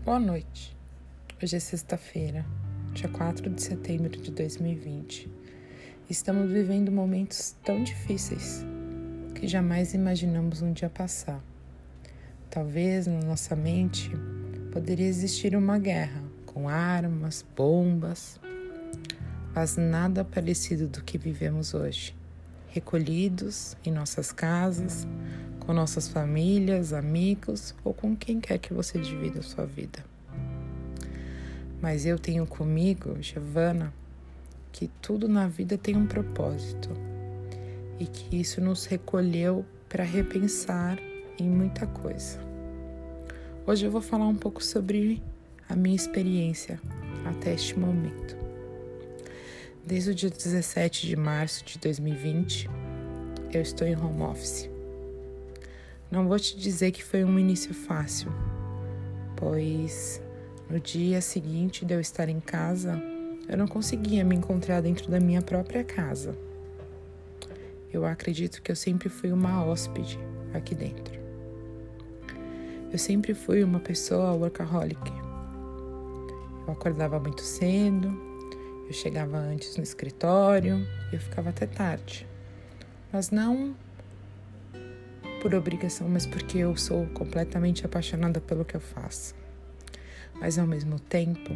Boa noite. Hoje é sexta-feira, dia 4 de setembro de 2020. Estamos vivendo momentos tão difíceis que jamais imaginamos um dia passar. Talvez na nossa mente poderia existir uma guerra com armas, bombas, mas nada parecido do que vivemos hoje. Recolhidos em nossas casas, com nossas famílias, amigos ou com quem quer que você divida a sua vida. Mas eu tenho comigo, Giovana, que tudo na vida tem um propósito e que isso nos recolheu para repensar em muita coisa. Hoje eu vou falar um pouco sobre a minha experiência até este momento. Desde o dia 17 de março de 2020, eu estou em home office. Não vou te dizer que foi um início fácil, pois no dia seguinte de eu estar em casa, eu não conseguia me encontrar dentro da minha própria casa. Eu acredito que eu sempre fui uma hóspede aqui dentro. Eu sempre fui uma pessoa workaholic. Eu acordava muito cedo, eu chegava antes no escritório e eu ficava até tarde. Mas não por obrigação, mas porque eu sou completamente apaixonada pelo que eu faço. Mas ao mesmo tempo,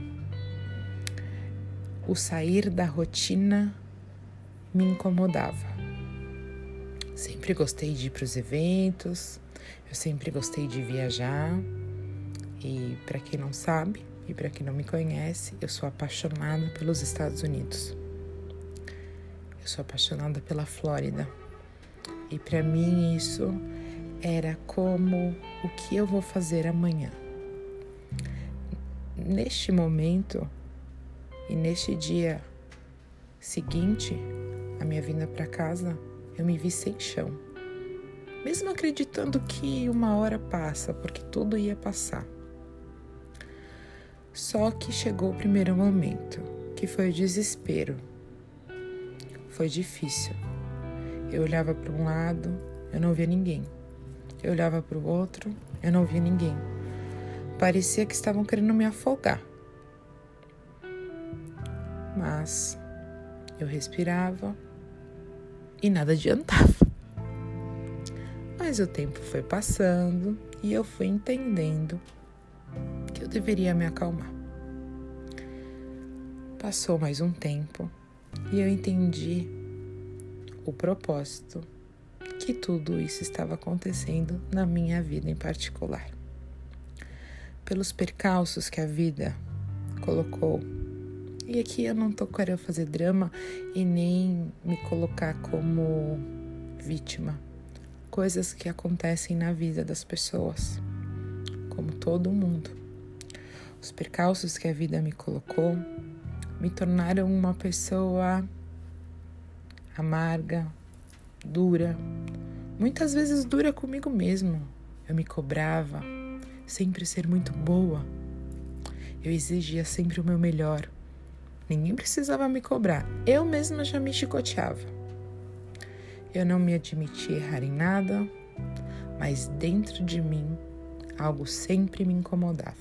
o sair da rotina me incomodava. Sempre gostei de ir para os eventos, eu sempre gostei de viajar. E para quem não sabe, e para quem não me conhece, eu sou apaixonada pelos Estados Unidos. Eu sou apaixonada pela Flórida. E para mim isso era como o que eu vou fazer amanhã. Neste momento e neste dia seguinte, a minha vinda para casa, eu me vi sem chão. Mesmo acreditando que uma hora passa, porque tudo ia passar. Só que chegou o primeiro momento, que foi o desespero. Foi difícil. Eu olhava para um lado, eu não via ninguém. Eu olhava para o outro, eu não via ninguém. Parecia que estavam querendo me afogar. Mas eu respirava e nada adiantava. Mas o tempo foi passando e eu fui entendendo que eu deveria me acalmar. Passou mais um tempo e eu entendi o propósito que tudo isso estava acontecendo na minha vida em particular. Pelos percalços que a vida colocou. E aqui eu não tô querendo fazer drama e nem me colocar como vítima. Coisas que acontecem na vida das pessoas, como todo mundo. Os percalços que a vida me colocou me tornaram uma pessoa amarga, dura. Muitas vezes dura comigo mesmo. Eu me cobrava sempre ser muito boa. Eu exigia sempre o meu melhor. Ninguém precisava me cobrar. Eu mesma já me chicoteava. Eu não me admitia errar em nada, mas dentro de mim, algo sempre me incomodava.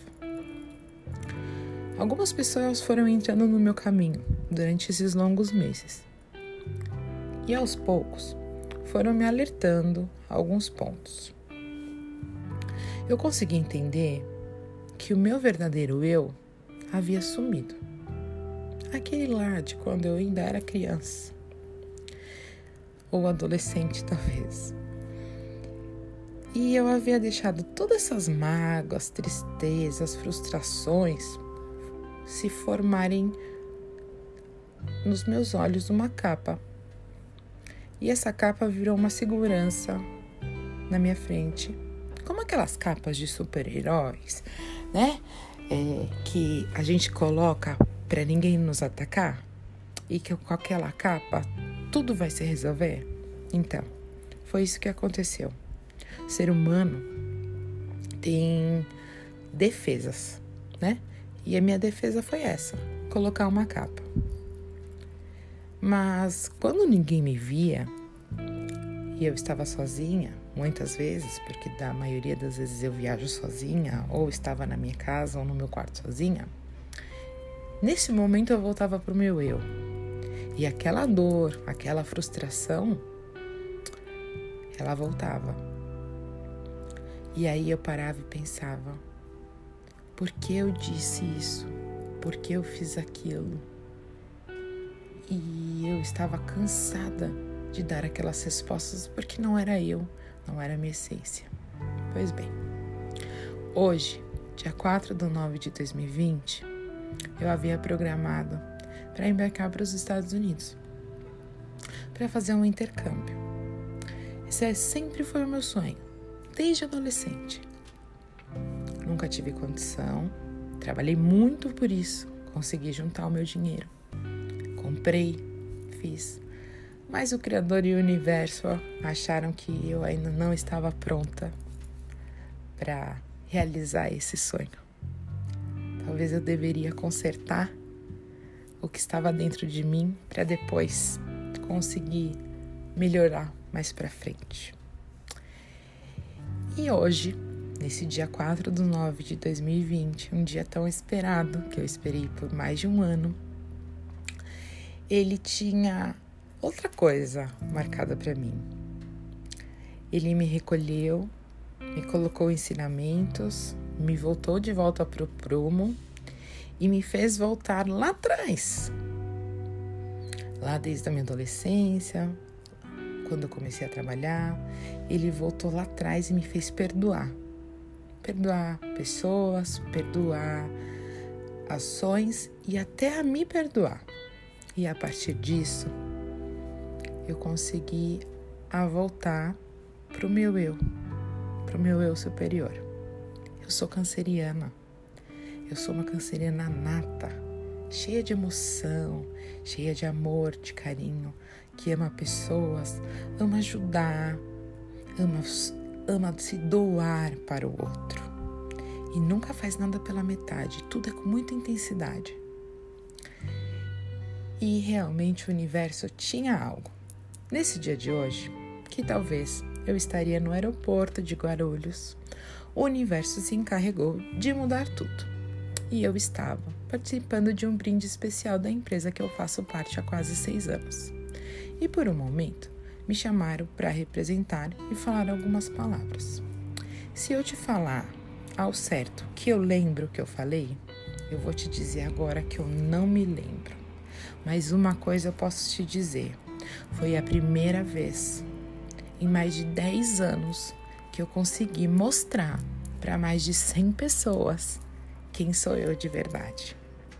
Algumas pessoas foram entrando no meu caminho durante esses longos meses. E aos poucos, foram me alertando a alguns pontos. Eu consegui entender que o meu verdadeiro eu havia sumido. Aquele lá de quando eu ainda era criança. Ou adolescente, talvez. E eu havia deixado todas essas mágoas, tristezas, frustrações se formarem nos meus olhos uma capa. E essa capa virou uma segurança na minha frente. Como aquelas capas de super-heróis, né? Que a gente coloca para ninguém nos atacar. E que com aquela capa tudo vai se resolver. Então, foi isso que aconteceu. O ser humano tem defesas, né? E a minha defesa foi essa, colocar uma capa. Mas quando ninguém me via e eu estava sozinha, muitas vezes, porque da maioria das vezes eu viajo sozinha, ou estava na minha casa ou no meu quarto sozinha, nesse momento eu voltava pro meu eu. E aquela dor, aquela frustração, ela voltava. E aí eu parava e pensava, por que eu disse isso? Por que eu fiz aquilo? E eu estava cansada de dar aquelas respostas porque não era eu, não era a minha essência. Pois bem, hoje, dia 4/9/2020, eu havia programado para embarcar para os Estados Unidos, para fazer um intercâmbio. Esse sempre foi o meu sonho, desde adolescente. Nunca tive condição, trabalhei muito por isso, consegui juntar o meu dinheiro. Comprei, fiz, mas o Criador e o Universo acharam que eu ainda não estava pronta para realizar esse sonho. Talvez eu deveria consertar o que estava dentro de mim para depois conseguir melhorar mais para frente. E hoje, nesse dia 4/9/2020, um dia tão esperado, que eu esperei por mais de um ano, ele tinha outra coisa marcada para mim. Ele me recolheu, me colocou ensinamentos, me voltou de volta para o prumo e me fez voltar lá atrás. Lá desde a minha adolescência, quando eu comecei a trabalhar, ele voltou lá atrás e me fez perdoar. Perdoar pessoas, perdoar ações e até a me perdoar. E a partir disso, eu consegui voltar pro meu eu superior. Eu sou canceriana. Eu sou uma canceriana nata, cheia de emoção, cheia de amor, de carinho, que ama pessoas, ama ajudar, ama se doar para o outro. E nunca faz nada pela metade, tudo é com muita intensidade. E realmente o universo tinha algo. Nesse dia de hoje, que talvez eu estaria no aeroporto de Guarulhos, o universo se encarregou de mudar tudo. E eu estava participando de um brinde especial da empresa que eu faço parte há quase 6 anos. E por um momento, me chamaram para representar e falar algumas palavras. Se eu te falar ao certo que eu lembro o que eu falei, eu vou te dizer agora que eu não me lembro. Mas uma coisa eu posso te dizer, foi a primeira vez em mais de 10 anos que eu consegui mostrar para mais de 100 pessoas quem sou eu de verdade.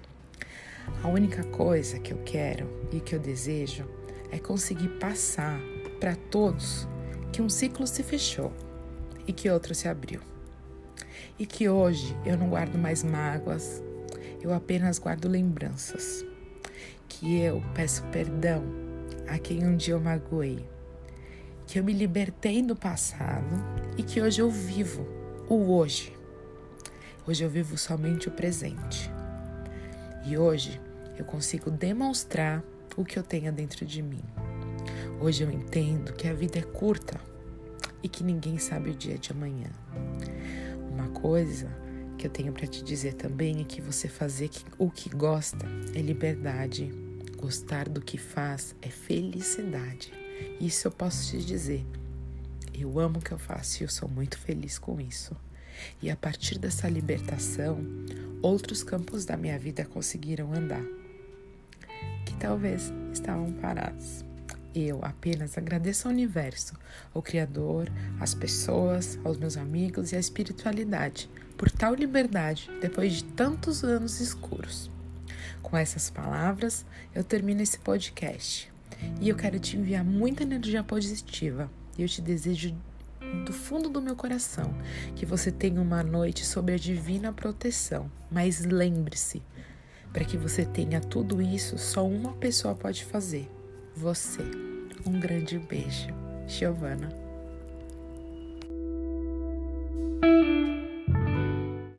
A única coisa que eu quero e que eu desejo é conseguir passar para todos que um ciclo se fechou e que outro se abriu. E que hoje eu não guardo mais mágoas, eu apenas guardo lembranças. Que eu peço perdão a quem um dia eu magoei. Que eu me libertei do passado e que hoje eu vivo o hoje. Hoje eu vivo somente o presente. E hoje eu consigo demonstrar o que eu tenho dentro de mim. Hoje eu entendo que a vida é curta e que ninguém sabe o dia de amanhã. Uma coisa que eu tenho para te dizer também é que você fazer o que gosta é liberdade. Gostar do que faz é felicidade. Isso eu posso te dizer. Eu amo o que eu faço e eu sou muito feliz com isso. E a partir dessa libertação, outros campos da minha vida conseguiram andar, que talvez estavam parados. Eu apenas agradeço ao universo, ao Criador, às pessoas, aos meus amigos e à espiritualidade por tal liberdade depois de tantos anos escuros. Com essas palavras, eu termino esse podcast e eu quero te enviar muita energia positiva. Eu te desejo do fundo do meu coração que você tenha uma noite sob a divina proteção. Mas lembre-se, para que você tenha tudo isso, só uma pessoa pode fazer: você. Um grande beijo, Giovana.